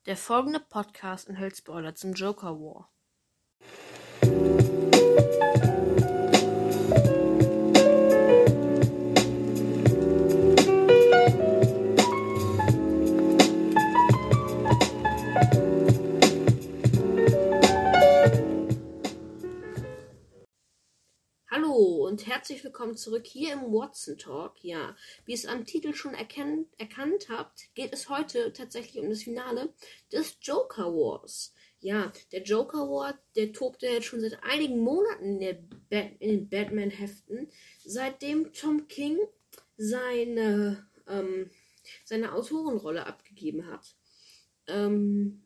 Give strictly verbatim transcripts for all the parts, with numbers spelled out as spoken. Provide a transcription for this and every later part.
Der folgende Podcast enthält Spoiler zum Joker War. Hallo und herzlich willkommen zurück hier im Watson Talk. Ja, wie ihr es am Titel schon erkennt, erkannt habt, geht es heute tatsächlich um das Finale des Joker Wars. Ja, der Joker War, der tobte jetzt schon seit einigen Monaten in, der Bat- in den Batman-Heften, seitdem Tom King seine, ähm, seine Autorenrolle abgegeben hat. Ähm,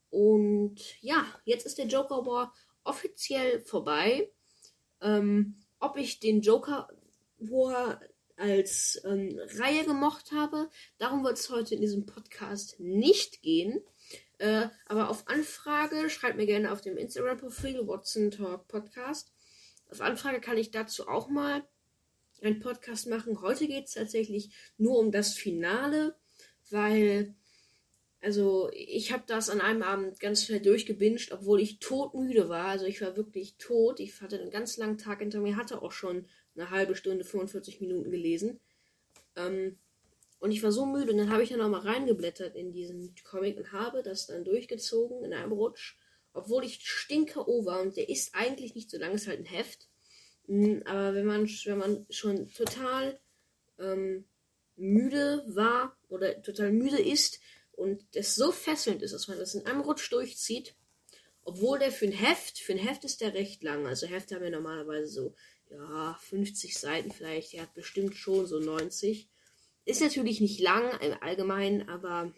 und ja, jetzt ist der Joker War offiziell vorbei. Ähm, ob ich den Joker War als ähm, Reihe gemocht habe, darum wird es heute in diesem Podcast nicht gehen. Äh, aber auf Anfrage, schreibt mir gerne auf dem Instagram-Profil Watson Talk Podcast. Auf Anfrage kann ich dazu auch mal einen Podcast machen. Heute geht es tatsächlich nur um das Finale, weil Also, ich habe das an einem Abend ganz schnell durchgebinged, obwohl ich todmüde war. Also, ich war wirklich tot. Ich hatte einen ganz langen Tag hinter mir, hatte auch schon eine halbe Stunde, fünfundvierzig Minuten gelesen. Ähm, und ich war so müde. Und dann habe ich dann auch mal reingeblättert in diesen Comic und habe das dann durchgezogen in einem Rutsch. Obwohl ich stinke war. Und der ist eigentlich nicht so lang, ist halt ein Heft. Aber wenn man, wenn man schon total ähm, müde war oder total müde ist, und das so fesselnd ist, dass man das in einem Rutsch durchzieht, obwohl der für ein Heft, für ein Heft ist der recht lang. Also Hefte haben ja normalerweise so, ja, fünfzig Seiten vielleicht. Der hat bestimmt schon so neunzig. Ist natürlich nicht lang im Allgemeinen, aber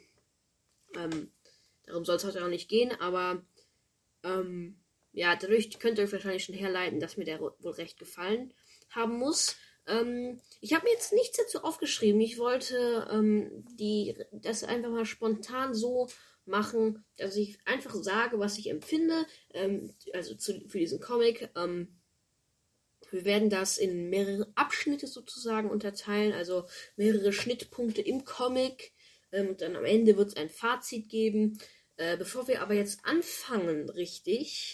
ähm, darum soll es heute auch nicht gehen. Aber ähm, ja, dadurch könnt ihr euch wahrscheinlich schon herleiten, dass mir der wohl recht gefallen haben muss. Ähm, ich habe mir jetzt nichts dazu aufgeschrieben. Ich wollte ähm, die, das einfach mal spontan so machen, dass ich einfach sage, was ich empfinde. Ähm, also zu, für diesen Comic. Ähm, wir werden das in mehrere Abschnitte sozusagen unterteilen, also mehrere Schnittpunkte im Comic. Ähm, und dann am Ende wird es ein Fazit geben. Äh, bevor wir aber jetzt anfangen, richtig.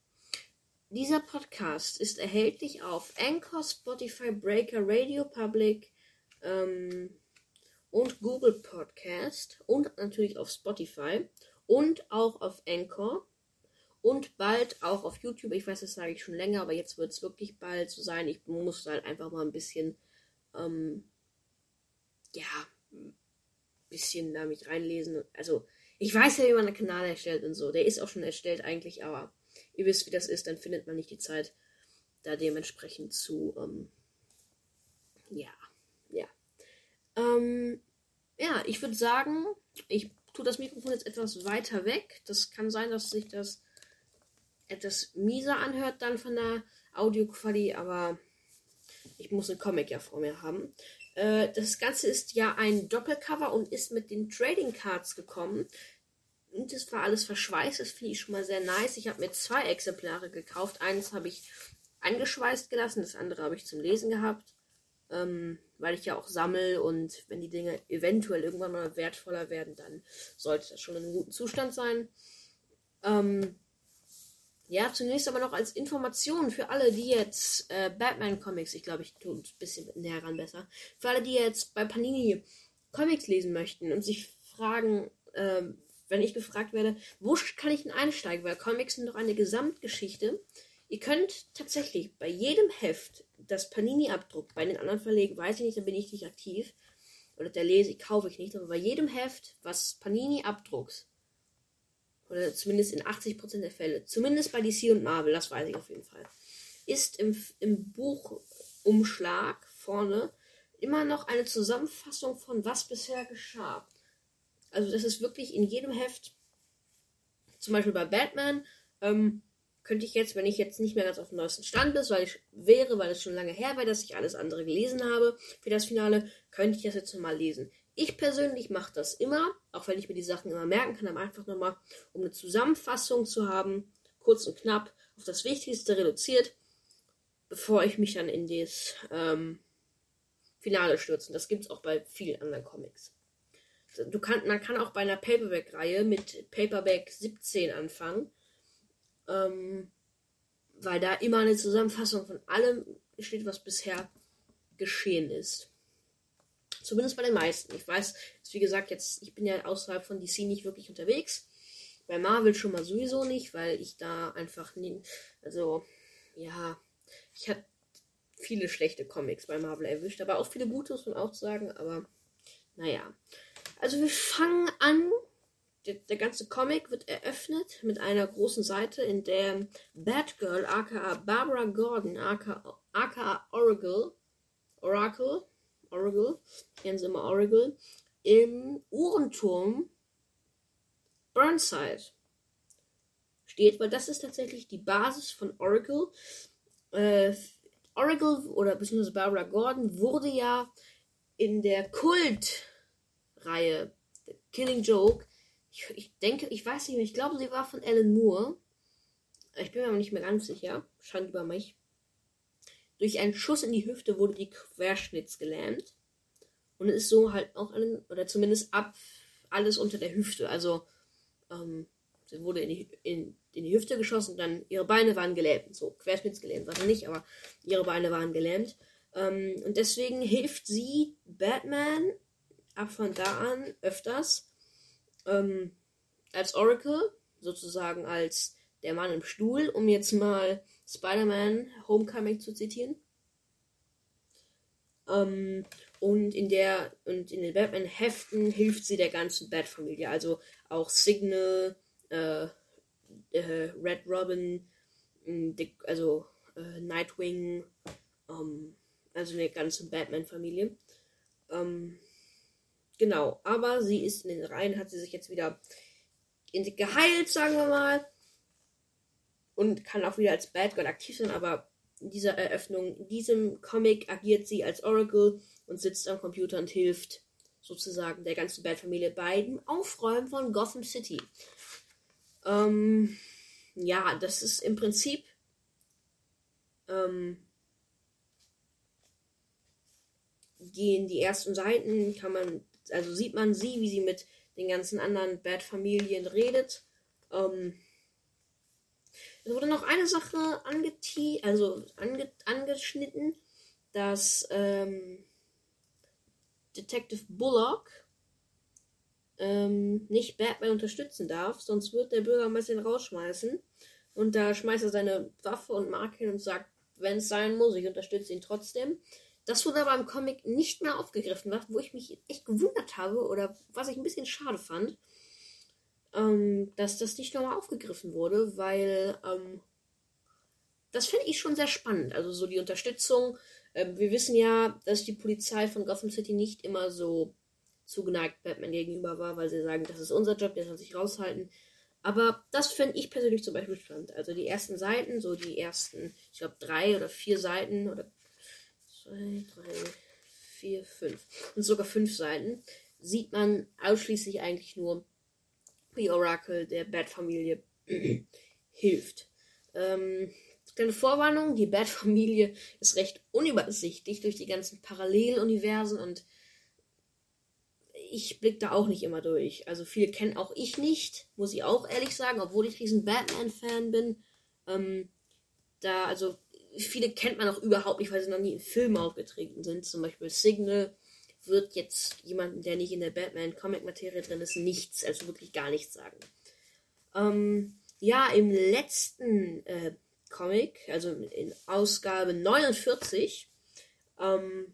Dieser Podcast ist erhältlich auf Anchor, Spotify, Breaker, Radio Public ähm, und Google Podcast und natürlich auf Spotify und auch auf Anchor und bald auch auf YouTube. Ich weiß, das sage ich schon länger, aber jetzt wird es wirklich bald so sein. Ich muss halt einfach mal ein bisschen, ähm, ja, ein bisschen da mich reinlesen. Also, ich weiß ja, wie man einen Kanal erstellt und so. Der ist auch schon erstellt eigentlich, aber ihr wisst, wie das ist, dann findet man nicht die Zeit, da dementsprechend zu, ähm, ja, ja. Ähm, ja, ich würde sagen, ich tue das Mikrofon jetzt etwas weiter weg. Das kann sein, dass sich das etwas mieser anhört dann von der Audioqualität, aber ich muss einen Comic ja vor mir haben. Äh, das Ganze ist ja ein Doppelcover und ist mit den Trading Cards gekommen. Und das war alles verschweißt, das finde ich schon mal sehr nice. Ich habe mir zwei Exemplare gekauft. Eines habe ich angeschweißt gelassen, das andere habe ich zum Lesen gehabt. Ähm, weil ich ja auch sammle und wenn die Dinge eventuell irgendwann mal wertvoller werden, dann sollte das schon in einem guten Zustand sein. Ähm, ja, zunächst aber noch als Information für alle, die jetzt äh, Batman-Comics, ich glaube, ich tue ein bisschen näher ran besser, für alle, die jetzt bei Panini Comics lesen möchten und sich fragen, ähm, wenn ich gefragt werde, wo kann ich denn einsteigen, weil Comics sind doch eine Gesamtgeschichte. Ihr könnt tatsächlich bei jedem Heft das Panini abdruckt. Bei den anderen Verlegen weiß ich nicht, da bin ich nicht aktiv. Oder der lese ich, kaufe ich nicht. Aber bei jedem Heft, was Panini abdruckt, oder zumindest in achtzig Prozent der Fälle, zumindest bei D C und Marvel, das weiß ich auf jeden Fall, ist im, im Buchumschlag vorne immer noch eine Zusammenfassung von was bisher geschah. Also das ist wirklich in jedem Heft, zum Beispiel bei Batman, ähm, könnte ich jetzt, wenn ich jetzt nicht mehr ganz auf dem neuesten Stand bin, weil ich wäre, weil es schon lange her wäre, dass ich alles andere gelesen habe für das Finale, könnte ich das jetzt nochmal lesen. Ich persönlich mache das immer, auch wenn ich mir die Sachen immer merken kann, aber einfach nochmal, um eine Zusammenfassung zu haben, kurz und knapp, auf das Wichtigste reduziert, bevor ich mich dann in das ähm, Finale stürze. Das gibt es auch bei vielen anderen Comics. du kann, man kann auch bei einer Paperback-Reihe mit Paperback siebzehn anfangen, ähm, weil da immer eine Zusammenfassung von allem steht, was bisher geschehen ist. Zumindest bei den meisten. Ich weiß, wie gesagt, jetzt, ich bin ja außerhalb von D C nicht wirklich unterwegs. Bei Marvel schon mal sowieso nicht, weil ich da einfach nie, also, ja, ich hatte viele schlechte Comics bei Marvel erwischt, aber auch viele gute, muss man auch sagen, aber naja. Also wir fangen an, der, der ganze Comic wird eröffnet mit einer großen Seite, in der Batgirl, aka Barbara Gordon, aka, aka Oracle, Oracle, Oracle, kennen Sie immer Oracle, im Uhrenturm Burnside steht, weil das ist tatsächlich die Basis von Oracle. Äh, Oracle oder beziehungsweise Barbara Gordon wurde ja in der Kult-Reihe Killing Joke, ich, ich denke, ich weiß nicht mehr, ich glaube, sie war von Alan Moore. Ich bin mir aber nicht mehr ganz sicher. Schande über mich. Durch einen Schuss in die Hüfte wurde die querschnittsgelähmt. Und ist so halt auch, an, oder zumindest ab alles unter der Hüfte. Also, ähm, sie wurde in die, in, in die Hüfte geschossen und dann ihre Beine waren gelähmt. So, querschnittsgelähmt war sie nicht, aber ihre Beine waren gelähmt. Ähm, und deswegen hilft sie Batman ab von da an öfters ähm, als Oracle, sozusagen als der Mann im Stuhl, um jetzt mal Spider-Man Homecoming zu zitieren. Ähm, und in der und in den Batman-Heften hilft sie der ganzen Bat-Familie, also auch Signal, äh, äh, Red Robin, die, also äh, Nightwing, ähm, also der ganzen Batman-Familie. Ähm, genau, aber sie ist in den Reihen, hat sie sich jetzt wieder geheilt, sagen wir mal, und kann auch wieder als Batgirl aktiv sein, aber in dieser Eröffnung, in diesem Comic agiert sie als Oracle und sitzt am Computer und hilft sozusagen der ganzen Bat-Familie bei dem Aufräumen von Gotham City. Ähm, ja, das ist im Prinzip ähm, gehen die ersten Seiten, kann man, also sieht man sie, wie sie mit den ganzen anderen Bat-Familien redet. Ähm, Es wurde noch eine Sache angeti- also ange- angeschnitten, dass ähm, Detective Bullock ähm, nicht Batman unterstützen darf, sonst wird der Bürgermeister ihn rausschmeißen. Und da schmeißt er seine Waffe und Marke hin und sagt, wenn es sein muss, ich unterstütze ihn trotzdem. Das wurde aber im Comic nicht mehr aufgegriffen, wo ich mich echt gewundert habe oder was ich ein bisschen schade fand. Ähm, dass das nicht nochmal aufgegriffen wurde, weil ähm, das finde ich schon sehr spannend. Also so die Unterstützung. Ähm, wir wissen ja, dass die Polizei von Gotham City nicht immer so zugeneigt Batman gegenüber war, weil sie sagen, das ist unser Job, der soll sich raushalten. Aber das finde ich persönlich zum Beispiel spannend. Also die ersten Seiten, so die ersten, ich glaube drei oder vier Seiten oder zwei, drei, vier, fünf und sogar fünf Seiten, sieht man ausschließlich eigentlich nur, wie Oracle der Bat-Familie hilft. Ähm, kleine Vorwarnung, die Bat-Familie ist recht unübersichtlich durch die ganzen Paralleluniversen und ich blicke da auch nicht immer durch. Also viele kennen auch ich nicht, muss ich auch ehrlich sagen, obwohl ich riesen Batman-Fan bin. Ähm, da, also viele kennt man auch überhaupt nicht, weil sie noch nie in Filmen aufgetreten sind. Zum Beispiel Signal wird jetzt jemanden, der nicht in der Batman-Comic-Materie drin ist, nichts, also wirklich gar nichts sagen. Ähm, ja, im letzten äh, Comic, also in Ausgabe neunundvierzig, ähm,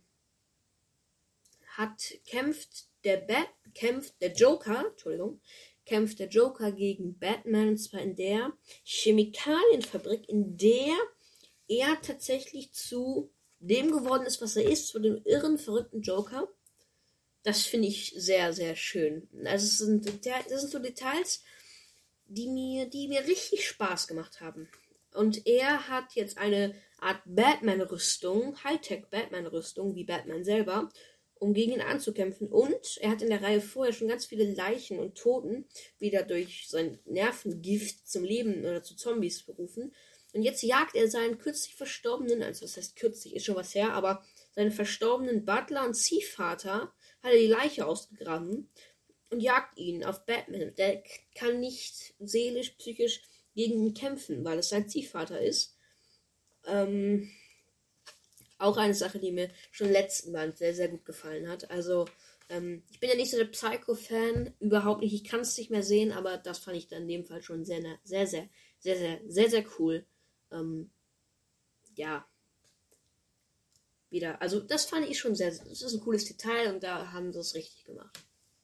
hat, kämpft der Bat, kämpft der Joker, Entschuldigung, kämpft der Joker gegen Batman, und zwar in der Chemikalienfabrik, in der er tatsächlich zu dem geworden ist, was er ist, zu dem irren, verrückten Joker. Das finde ich sehr, sehr schön. Also es sind, das sind so Details, die mir, die mir richtig Spaß gemacht haben. Und er hat jetzt eine Art Batman-Rüstung, Hightech-Batman-Rüstung, wie Batman selber, um gegen ihn anzukämpfen. Und er hat in der Reihe vorher schon ganz viele Leichen und Toten wieder durch sein Nervengift zum Leben oder zu Zombies berufen. Und jetzt jagt er seinen kürzlich verstorbenen, also das heißt kürzlich, ist schon was her, aber seinen verstorbenen Butler und Ziehvater hat er die Leiche ausgegraben und jagt ihn auf Batman. Der kann nicht seelisch, psychisch gegen ihn kämpfen, weil es sein Ziehvater ist. Ähm, auch eine Sache, die mir schon im letzten Band sehr, sehr gut gefallen hat. Also, ähm, ich bin ja nicht so der Psycho-Fan, überhaupt nicht. Ich kann es nicht mehr sehen, aber das fand ich dann in dem Fall schon sehr, sehr, sehr, sehr, sehr, sehr, sehr cool. Ähm, ja. Wieder, also das fand ich schon sehr, das ist ein cooles Detail und da haben sie es richtig gemacht.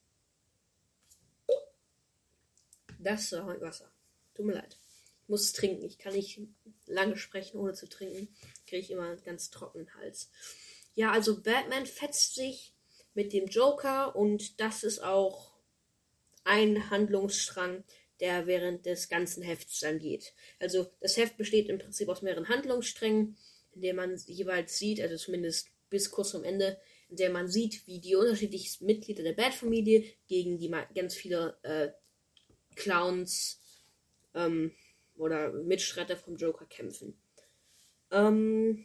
Das war Wasser. Tut mir leid. Ich muss es trinken. Ich kann nicht lange sprechen, ohne zu trinken. Kriege ich immer einen ganz trockenen Hals. Ja, also Batman fetzt sich mit dem Joker und das ist auch ein Handlungsstrang, der während des ganzen Hefts dann geht. Also das Heft besteht im Prinzip aus mehreren Handlungssträngen, in der man jeweils sieht, also zumindest bis kurz zum Ende, in der man sieht, wie die unterschiedlichsten Mitglieder der Bat-Familie gegen die ganz viele äh, Clowns ähm, oder Mitstreiter vom Joker kämpfen. Ähm,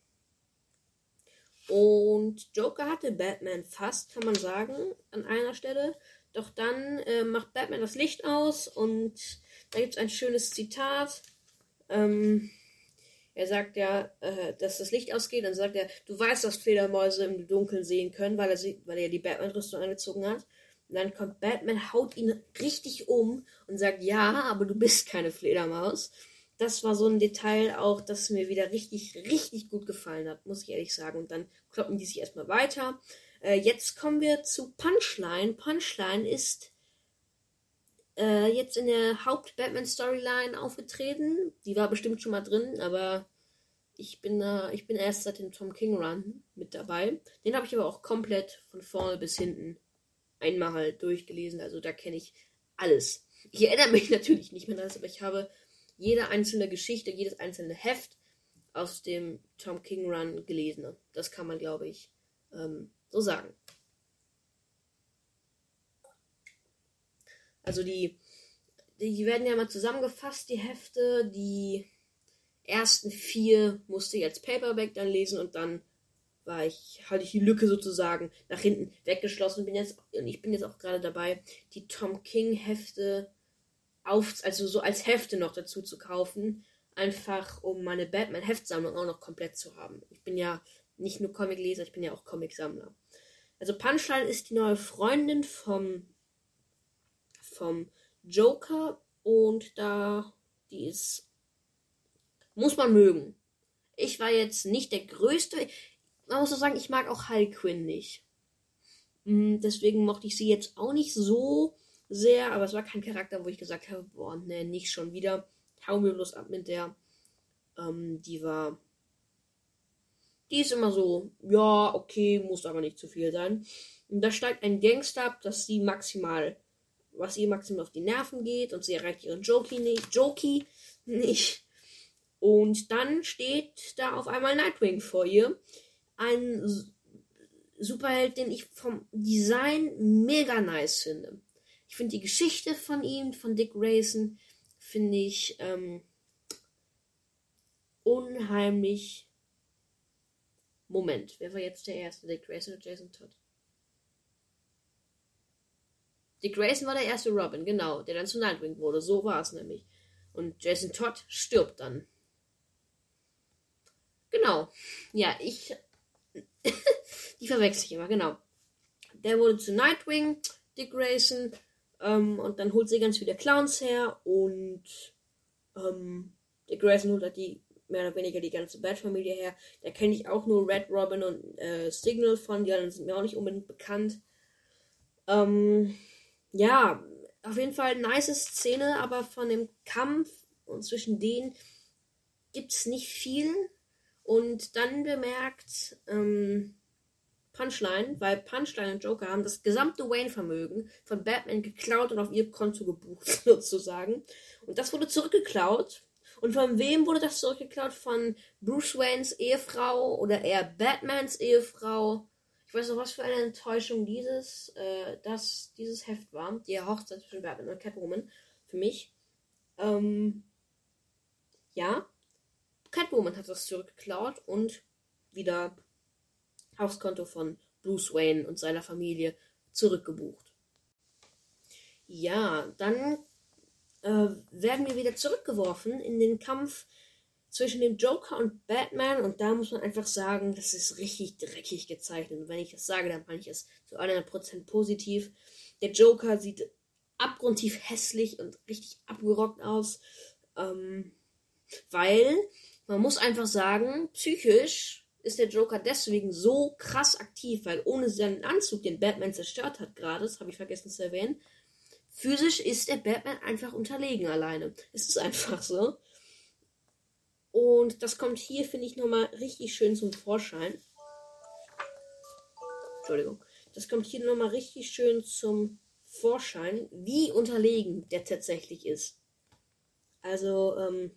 und Joker hatte Batman fast, kann man sagen, an einer Stelle. Doch dann äh, macht Batman das Licht aus und da gibt es ein schönes Zitat. Ähm, er sagt ja, äh, dass das Licht ausgeht. Dann sagt er, du weißt, dass Fledermäuse im Dunkeln sehen können, weil er, sie, weil er die Batman-Rüstung angezogen hat. Und dann kommt Batman, haut ihn richtig um und sagt, ja, aber du bist keine Fledermaus. Das war so ein Detail auch, das mir wieder richtig, richtig gut gefallen hat, muss ich ehrlich sagen. Und dann kloppen die sich erstmal weiter. Äh, jetzt kommen wir zu Punchline. Punchline ist äh, jetzt in der Haupt-Batman-Storyline aufgetreten. Die war bestimmt schon mal drin, aber ich bin, äh, ich bin erst seit dem Tom King Run mit dabei. Den habe ich aber auch komplett von vorne bis hinten einmal halt durchgelesen. Also da kenne ich alles. Ich erinnere mich natürlich nicht mehr an alles, aber ich habe jede einzelne Geschichte, jedes einzelne Heft aus dem Tom King Run gelesen. Das kann man, glaube ich, ähm, so sagen. Also die, die werden ja mal zusammengefasst, die Hefte. Die ersten vier musste ich als Paperback dann lesen und dann war ich, hatte ich die Lücke sozusagen nach hinten weggeschlossen. Bin jetzt, und ich bin jetzt auch gerade dabei, die Tom King Hefte auf, also so als Hefte noch dazu zu kaufen. Einfach um meine Batman-Heftsammlung auch noch komplett zu haben. Ich bin ja nicht nur Comicleser, ich bin ja auch Comicsammler. Also Punchline ist die neue Freundin vom, vom Joker und da, die ist, muss man mögen. Ich war jetzt nicht der Größte, man muss so sagen, ich mag auch Harley Quinn nicht. Deswegen mochte ich sie jetzt auch nicht so sehr, aber es war kein Charakter, wo ich gesagt habe, boah, ne, nicht schon wieder. Hau mir bloß ab mit der. Ähm, die war. Die ist immer so, ja, okay, muss aber nicht zu viel sein. Und da steigt ein Gangster ab, dass sie maximal, was ihr maximal auf die Nerven geht und sie erreicht ihren Jokey nicht. Jokey nicht. Und dann steht da auf einmal Nightwing vor ihr. Ein Superheld, den ich vom Design mega nice finde. Ich finde die Geschichte von ihm, von Dick Grayson, finde ich ähm, unheimlich. Moment, wer war jetzt der erste? Dick Grayson oder Jason Todd? Dick Grayson war der erste Robin, genau, der dann zu Nightwing wurde. So war es nämlich. Und Jason Todd stirbt dann. Genau. Ja, ich... die verwechsel ich immer, genau. Der wurde zu Nightwing, Dick Grayson, ähm, und dann holt sie ganz viele Clowns her und ähm, Dick Grayson holt halt die, mehr oder weniger die ganze Bat-Familie her. Da kenne ich auch nur Red Robin und äh, Signal von, die anderen sind mir auch nicht unbedingt bekannt. Ähm, ja, auf jeden Fall eine nice Szene, aber von dem Kampf und zwischen denen gibt es nicht viel. Und dann bemerkt ähm, Punchline, weil Punchline und Joker haben das gesamte Wayne-Vermögen von Batman geklaut und auf ihr Konto gebucht, sozusagen. Und das wurde zurückgeklaut. Und von wem wurde das zurückgeklaut? Von Bruce Waynes Ehefrau oder eher Batmans Ehefrau. Ich weiß noch, was für eine Enttäuschung dieses, äh, das, dieses Heft war. Die Hochzeit zwischen Batman und Catwoman. Für mich. Ähm, ja. Catwoman hat das zurückgeklaut und wieder aufs Konto von Bruce Wayne und seiner Familie zurückgebucht. Ja, dann äh, werden wir wieder zurückgeworfen in den Kampf zwischen dem Joker und Batman. Und da muss man einfach sagen, das ist richtig dreckig gezeichnet. Und wenn ich das sage, dann meine ich es zu hundert Prozent positiv. Der Joker sieht abgrundtief hässlich und richtig abgerockt aus. Ähm, weil, man muss einfach sagen, psychisch ist der Joker deswegen so krass aktiv, weil ohne seinen Anzug, den Batman zerstört hat gerade, das habe ich vergessen zu erwähnen, physisch ist der Batman einfach unterlegen alleine. Es ist einfach so. Und das kommt hier, finde ich, nochmal richtig schön zum Vorschein. Entschuldigung. Das kommt hier nochmal richtig schön zum Vorschein, wie unterlegen der tatsächlich ist. Also, ähm,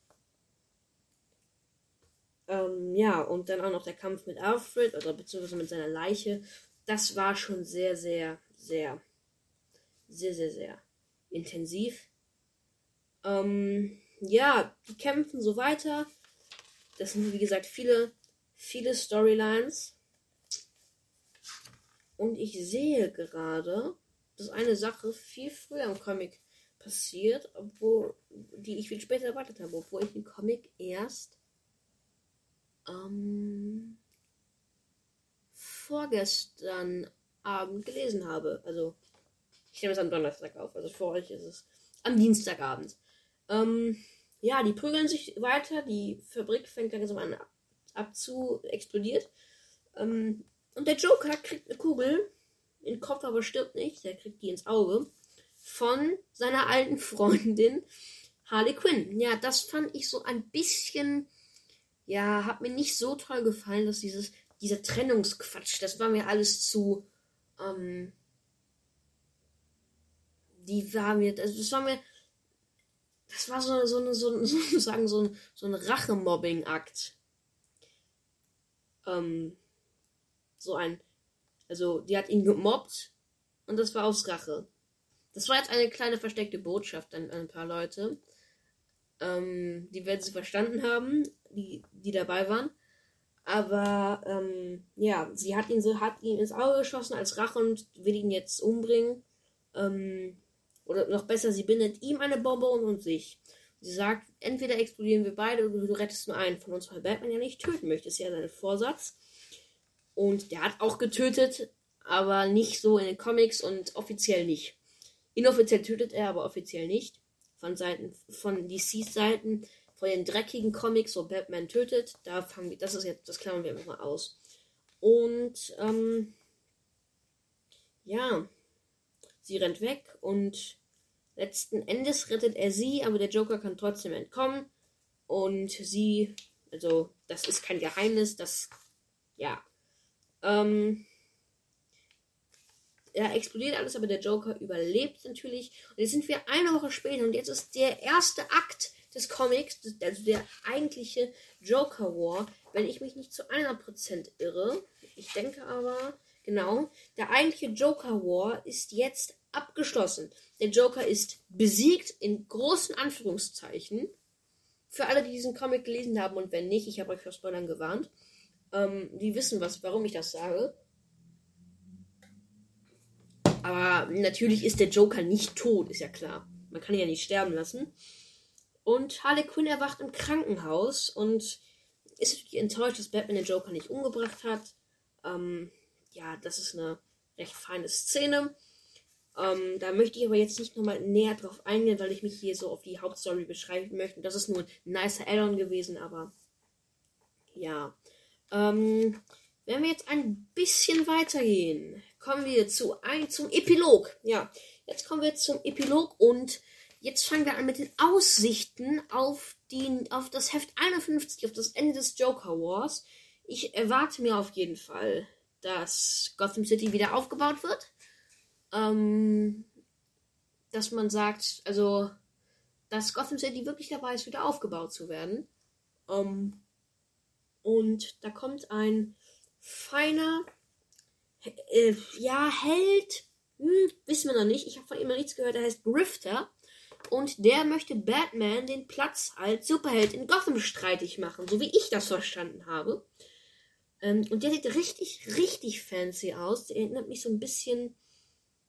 ähm, ja, und dann auch noch der Kampf mit Alfred, oder beziehungsweise mit seiner Leiche. Das war schon sehr, sehr, sehr, sehr, sehr, sehr intensiv. Ähm, ja, die kämpfen so weiter. Das sind, wie gesagt, viele, viele Storylines. Und ich sehe gerade, dass eine Sache viel früher im Comic passiert, obwohl, die ich viel später erwartet habe, obwohl ich den Comic erst ähm, vorgestern Abend gelesen habe. Also, ich nehme es am Donnerstag auf, also für euch ist es am Dienstagabend. Ähm, ja, die prügeln sich weiter, die Fabrik fängt langsam an ab, ab zu explodiert. Ähm, und der Joker kriegt eine Kugel in den Kopf, aber stirbt nicht, der kriegt die ins Auge von seiner alten Freundin Harley Quinn. Ja, das fand ich so ein bisschen, ja, hat mir nicht so toll gefallen, dass dieses, dieser Trennungsquatsch, das war mir alles zu, ähm, die war mir, das, das war mir, das war so, so eine, so, sozusagen so ein, so ein Rachemobbing-Akt. Ähm, so ein, also, die hat ihn gemobbt und das war aus Rache. Das war jetzt eine kleine versteckte Botschaft an, an ein paar Leute. Ähm, die werden sie verstanden haben, die, die dabei waren. Aber, ähm, ja, sie hat ihn so, hat ihn ins Auge geschossen als Rache und will ihn jetzt umbringen. Ähm, oder noch besser, sie bindet ihm eine Bombe und, und sich. Sie sagt, entweder explodieren wir beide oder du rettest nur einen von uns, weil Batman ja nicht töten möchte. Das ist ja sein Vorsatz. Und der hat auch getötet, aber nicht so in den Comics und offiziell nicht. Inoffiziell tötet er, aber offiziell nicht. Von Seiten, von D C's Seiten, von den dreckigen Comics, wo Batman tötet, da fangen wir, das ist jetzt, das klammern wir einfach mal aus. Und, ähm, ja, sie rennt weg und letzten Endes rettet er sie, aber der Joker kann trotzdem entkommen. Und sie, also, das ist kein Geheimnis, das, ja, ähm, ja, explodiert alles, aber der Joker überlebt natürlich. Und jetzt sind wir eine Woche später und jetzt ist der erste Akt des Comics, also der eigentliche Joker War, wenn ich mich nicht zu hundert Prozent irre. Ich denke aber, genau, der eigentliche Joker War ist jetzt abgeschlossen. Der Joker ist besiegt, in großen Anführungszeichen. Für alle, die diesen Comic gelesen haben und wenn nicht, ich habe euch vor Spoilern gewarnt. Ähm, die wissen, was, warum ich das sage. Aber natürlich ist der Joker nicht tot, ist ja klar. Man kann ihn ja nicht sterben lassen. Und Harley Quinn erwacht im Krankenhaus und ist natürlich enttäuscht, dass Batman den Joker nicht umgebracht hat. Ähm, ja, das ist eine recht feine Szene. Ähm, da möchte ich aber jetzt nicht nochmal näher drauf eingehen, weil ich mich hier so auf die Hauptstory beschreiben möchte. Das ist nur ein nicer Add-on gewesen, aber ja. Ähm, wenn wir jetzt ein bisschen weitergehen, kommen wir zu ein, zum Epilog. Ja, jetzt kommen wir zum Epilog und jetzt fangen wir an mit den Aussichten auf, die, auf das Heft einundfünfzig, auf das Ende des Joker Wars. Ich erwarte mir auf jeden Fall, dass Gotham City wieder aufgebaut wird. Ähm, dass man sagt, also, dass Gotham City wirklich dabei ist, wieder aufgebaut zu werden. Ähm, und da kommt ein feiner, äh, ja, Held, hm, wissen wir noch nicht. Ich habe von ihm noch nichts gehört, der heißt Grifter. Und der möchte Batman den Platz als Superheld in Gotham streitig machen, so wie ich das verstanden habe. Ähm, und der sieht richtig, richtig fancy aus. Der erinnert mich so ein bisschen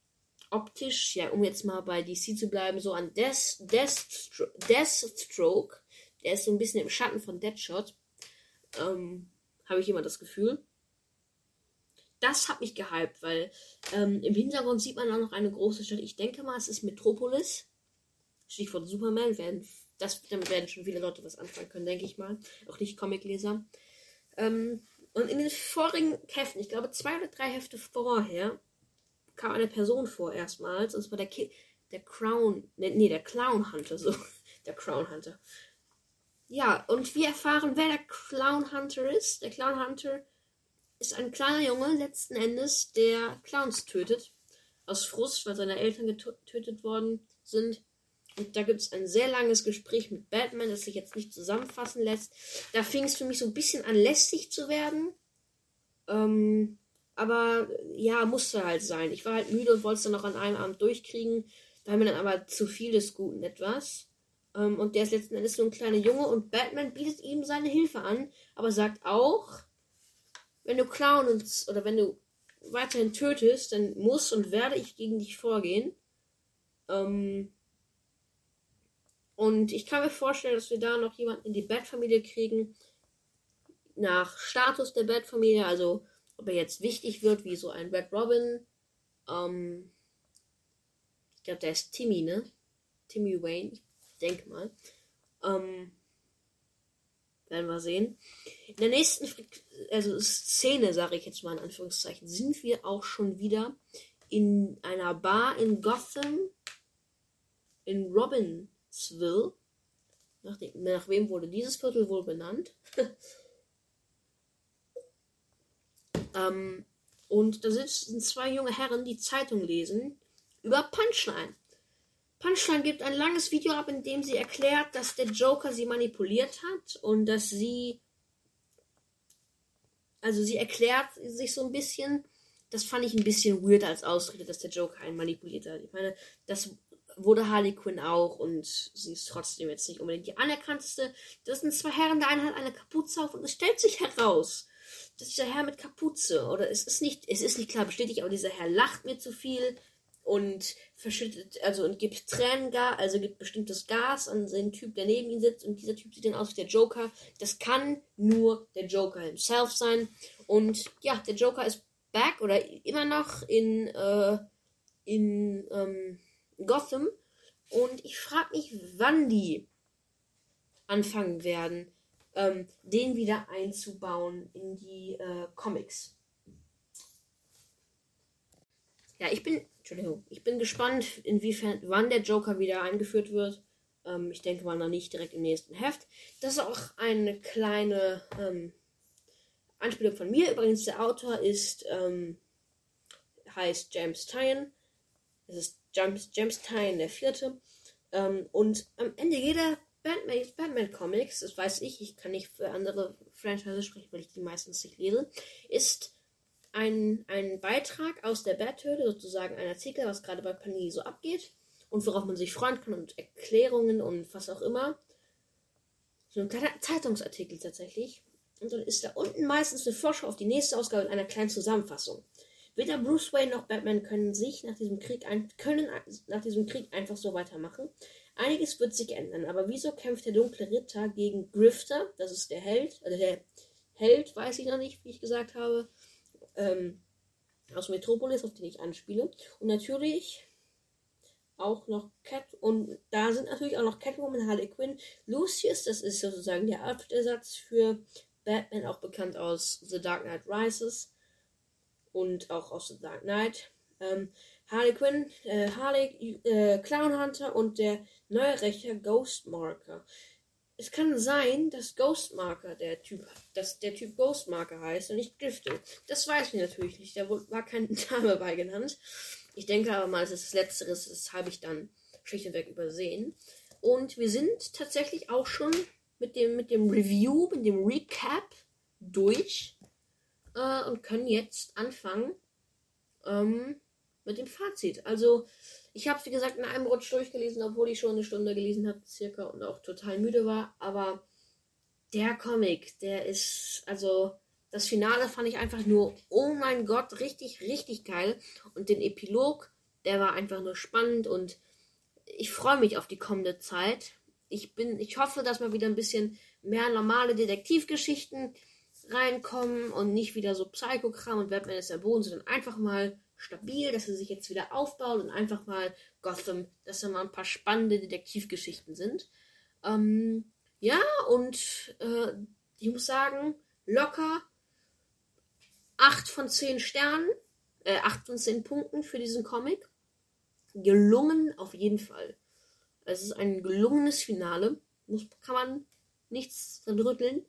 optisch, ja, um jetzt mal bei D C zu bleiben, so an Death, Deathstro- Deathstroke, der ist so ein bisschen im Schatten von Deadshot, ähm, habe ich immer das Gefühl. Das hat mich gehypt, weil ähm, im Hintergrund sieht man auch noch eine große Stadt. Ich denke mal, es ist Metropolis. Stichwort Superman. Werden, das, damit werden schon viele Leute was anfangen können, denke ich mal. Auch nicht Comicleser. Ähm, und in den vorigen Heften, ich glaube zwei oder drei Hefte vorher, kam eine Person vor erstmals. Und zwar der, Ki- der Crown, nee, nee, der Clown Hunter, so. Der Crown Hunter. Ja, und wir erfahren, wer der Clown Hunter ist. Der Clown Hunter ist ein kleiner Junge, letzten Endes, der Clowns tötet. Aus Frust, weil seine Eltern getötet worden sind. Und da gibt es ein sehr langes Gespräch mit Batman, das sich jetzt nicht zusammenfassen lässt. Da fing es für mich so ein bisschen an, lästig zu werden. Ähm, aber ja, musste halt sein. Ich war halt müde und wollte es dann noch an einem Abend durchkriegen. Da haben wir dann aber zu viel des Guten etwas. Ähm, und der ist letzten Endes so ein kleiner Junge und Batman bietet ihm seine Hilfe an, aber sagt auch, wenn du Clowns oder wenn du weiterhin tötest, dann muss und werde ich gegen dich vorgehen. Ähm, und ich kann mir vorstellen, dass wir da noch jemanden in die Bat-Familie kriegen, nach Status der Bat-Familie, also ob er jetzt wichtig wird, wie so ein Red Robin. Ähm, ich glaube, der ist Timmy, ne? Timmy Wayne, ich denke mal. Ähm, werden wir sehen. In der nächsten also Szene, sage ich jetzt mal in Anführungszeichen, sind wir auch schon wieder in einer Bar in Gotham, in Robbinsville. Nach, dem, nach wem wurde dieses Viertel wohl benannt? ähm, und da sitzen zwei junge Herren, die Zeitung lesen, über Punchline. Punchline gibt ein langes Video ab, in dem sie erklärt, dass der Joker sie manipuliert hat und dass sie, also sie erklärt sich so ein bisschen, das fand ich ein bisschen weird als Ausrede, dass der Joker einen manipuliert hat. Ich meine, das wurde Harley Quinn auch und sie ist trotzdem jetzt nicht unbedingt die anerkannteste. Das sind zwei Herren, der eine hat eine Kapuze auf und es stellt sich heraus, dass dieser Herr mit Kapuze, oder es ist nicht, es ist nicht klar bestätigt, aber dieser Herr lacht mir zu viel und verschüttet, also und gibt Tränengas, also gibt bestimmtes Gas an den Typ, der neben ihm sitzt und dieser Typ sieht dann aus wie der Joker. Das kann nur der Joker himself sein. Und ja, der Joker ist back oder immer noch in, äh, in ähm, Gotham. Und ich frage mich, wann die anfangen werden, ähm, den wieder einzubauen in die äh, Comics. Ja, ich bin, Entschuldigung, ich bin gespannt, inwiefern, wann der Joker wieder eingeführt wird. Ähm, ich denke mal noch nicht direkt im nächsten Heft. Das ist auch eine kleine ähm, Anspielung von mir. Übrigens, der Autor ist, ähm, heißt James Tynion. Es ist James, James Tynion der Vierte. Ähm, und am Ende jeder Batman, Batman Comics, das weiß ich, ich kann nicht für andere Franchises sprechen, weil ich die meistens nicht lese, ist ein, ein Beitrag aus der Bat-Höhle, sozusagen ein Artikel, was gerade bei Panini so abgeht und worauf man sich freuen kann und Erklärungen und was auch immer. So ein kleiner Zeitungsartikel tatsächlich. Und dann ist da unten meistens eine Vorschau auf die nächste Ausgabe in einer kleinen Zusammenfassung. Weder Bruce Wayne noch Batman können sich nach diesem Krieg ein, können nach diesem Krieg einfach so weitermachen. Einiges wird sich ändern, aber wieso kämpft der dunkle Ritter gegen Grifter? Das ist der Held, also der Held, weiß ich noch nicht, wie ich gesagt habe, ähm, aus Metropolis, auf den ich anspiele. Und natürlich auch noch Cat, und da sind natürlich auch noch Catwoman, Harley Quinn, Lucius, das ist sozusagen der Outfit-Ersatz für Batman, auch bekannt aus The Dark Knight Rises und auch aus The Dark Knight. Ähm, Harley Quinn, äh, Harley, äh, Clown Hunter und der neue Rächer Ghostmarker. Es kann sein, dass Ghostmarker der Typ, dass der Typ Ghostmarker heißt und nicht Drifting. Das weiß ich natürlich nicht. Da war kein Name bei genannt. Ich denke aber mal, dass es das Letztere ist. Das habe ich dann schlichtweg übersehen. Und wir sind tatsächlich auch schon mit dem, mit dem Review, mit dem Recap durch äh, und können jetzt anfangen ähm, mit dem Fazit. Also, ich habe es wie gesagt in einem Rutsch durchgelesen, obwohl ich schon eine Stunde gelesen habe, circa, und auch total müde war. Aber der Comic, der ist, also, das Finale fand ich einfach nur, oh mein Gott, richtig, richtig geil. Und den Epilog, der war einfach nur spannend und ich freue mich auf die kommende Zeit. Ich bin, ich hoffe, dass mal wieder ein bisschen mehr normale Detektivgeschichten reinkommen und nicht wieder so Psychokram und Batman ist der Boden, sondern einfach mal stabil, dass er sich jetzt wieder aufbaut und einfach mal Gotham, dass da mal ein paar spannende Detektivgeschichten sind. Ähm, ja, und äh, ich muss sagen, locker acht von zehn Sternen, äh, acht von zehn Punkten für diesen Comic. Gelungen auf jeden Fall. Es ist ein gelungenes Finale. Muss, kann man nichts dran rütteln.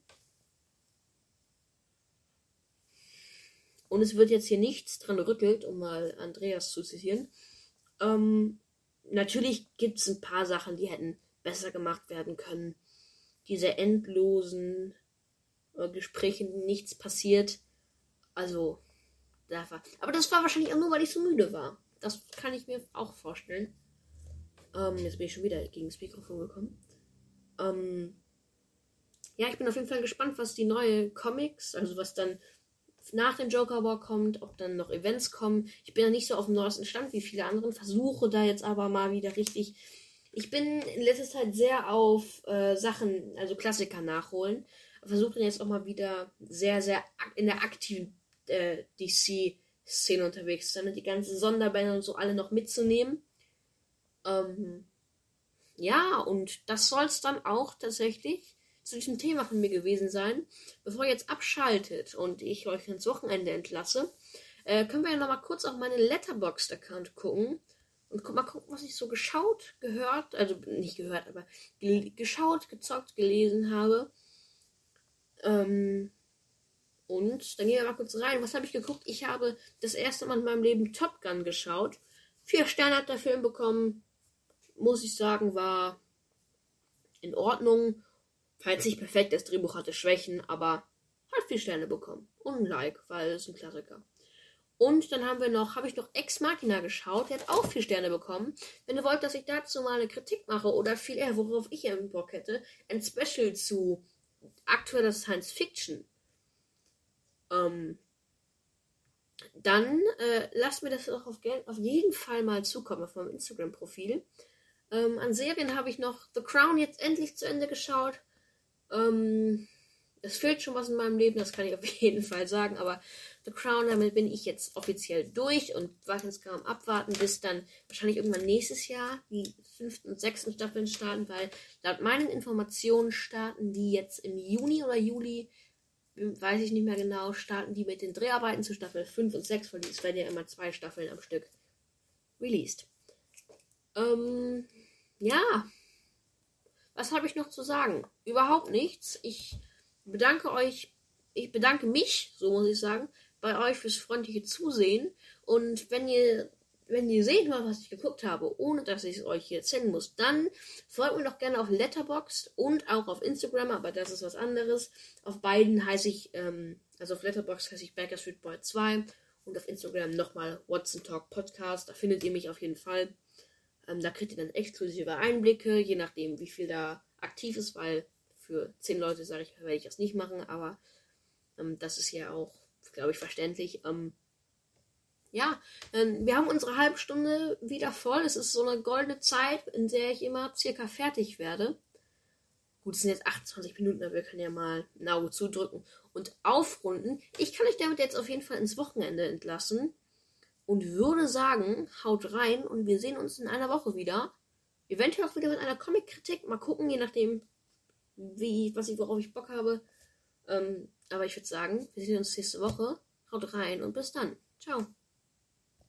Und es wird jetzt hier nichts dran rüttelt, um mal Andreas zu zitieren. Ähm, natürlich gibt es ein paar Sachen, die hätten besser gemacht werden können. Diese endlosen äh, Gespräche, nichts passiert. Also, da war. Aber das war wahrscheinlich auch nur, weil ich so müde war. Das kann ich mir auch vorstellen. Ähm, jetzt bin ich schon wieder gegen das Mikrofon gekommen. Ähm, ja, ich bin auf jeden Fall gespannt, was die neue Comics, also was dann nach dem Joker War kommt, ob dann noch Events kommen. Ich bin ja nicht so auf dem neuesten Stand wie viele anderen, versuche da jetzt aber mal wieder richtig. Ich bin in letzter Zeit sehr auf äh, Sachen, also Klassiker nachholen. Versuche jetzt auch mal wieder sehr, sehr in der aktiven äh, D C-Szene unterwegs zu sein und die ganzen Sonderbände und so alle noch mitzunehmen. Ähm, ja, und das soll es dann auch tatsächlich zu diesem Thema von mir gewesen sein. Bevor ihr jetzt abschaltet und ich euch ins Wochenende entlasse, äh, können wir ja nochmal kurz auf meinen Letterboxd-Account gucken und gu- mal gucken, was ich so geschaut, gehört, also nicht gehört, aber ge- geschaut, gezockt, gelesen habe. Ähm, und dann gehen wir mal kurz rein. Was habe ich geguckt? Ich habe das erste Mal in meinem Leben Top Gun geschaut. Vier Sterne hat der Film bekommen. Muss ich sagen, war in Ordnung. Falls nicht perfekt, das Drehbuch hatte Schwächen, aber hat vier Sterne bekommen. Und ein Like, weil es ein Klassiker. Und dann haben wir noch, habe ich noch Ex Machina geschaut, der hat auch vier Sterne bekommen. Wenn ihr wollt, dass ich dazu mal eine Kritik mache oder viel eher, worauf ich einen Bock hätte, ein Special zu aktueller Science Fiction, ähm, dann äh, lasst mir das auch auf, auf jeden Fall mal zukommen auf meinem Instagram-Profil. Ähm, an Serien habe ich noch The Crown jetzt endlich zu Ende geschaut. Ähm, es fehlt schon was in meinem Leben, das kann ich auf jeden Fall sagen, aber The Crown, damit bin ich jetzt offiziell durch und werde jetzt kaum abwarten, bis dann wahrscheinlich irgendwann nächstes Jahr die fünften und sechsten Staffeln starten, weil laut meinen Informationen starten die jetzt im Juni oder Juli, weiß ich nicht mehr genau, starten die mit den Dreharbeiten zu Staffel fünf und sechs, weil es werden ja immer zwei Staffeln am Stück released. Ähm, ja, was habe ich noch zu sagen? Überhaupt nichts. Ich bedanke euch, ich bedanke mich, so muss ich sagen, bei euch fürs freundliche Zusehen. Und wenn ihr, wenn ihr seht mal, was ich geguckt habe, ohne dass ich es euch hier erzählen muss, dann folgt mir doch gerne auf Letterboxd und auch auf Instagram, aber das ist was anderes. Auf beiden heiße ich, ähm, also auf Letterboxd heiße ich Baker Street Boy zwei und auf Instagram nochmal Watson Talk Podcast. Da findet ihr mich auf jeden Fall. Ähm, da kriegt ihr dann exklusive Einblicke, je nachdem, wie viel da aktiv ist, weil für zehn Leute, sage ich, werde ich das nicht machen, aber ähm, das ist ja auch, glaube ich, verständlich. Ähm, ja, ähm, wir haben unsere halbe Stunde wieder voll. Es ist so eine goldene Zeit, in der ich immer circa fertig werde. Gut, es sind jetzt achtundzwanzig Minuten, aber wir können ja mal ein Auge zudrücken und aufrunden. Ich kann euch damit jetzt auf jeden Fall ins Wochenende entlassen. Und würde sagen, haut rein und wir sehen uns in einer Woche wieder. Eventuell auch wieder mit einer Comic-Kritik. Mal gucken, je nachdem, wie, was ich, worauf ich Bock habe. Ähm, aber ich würde sagen, wir sehen uns nächste Woche. Haut rein und bis dann. Ciao.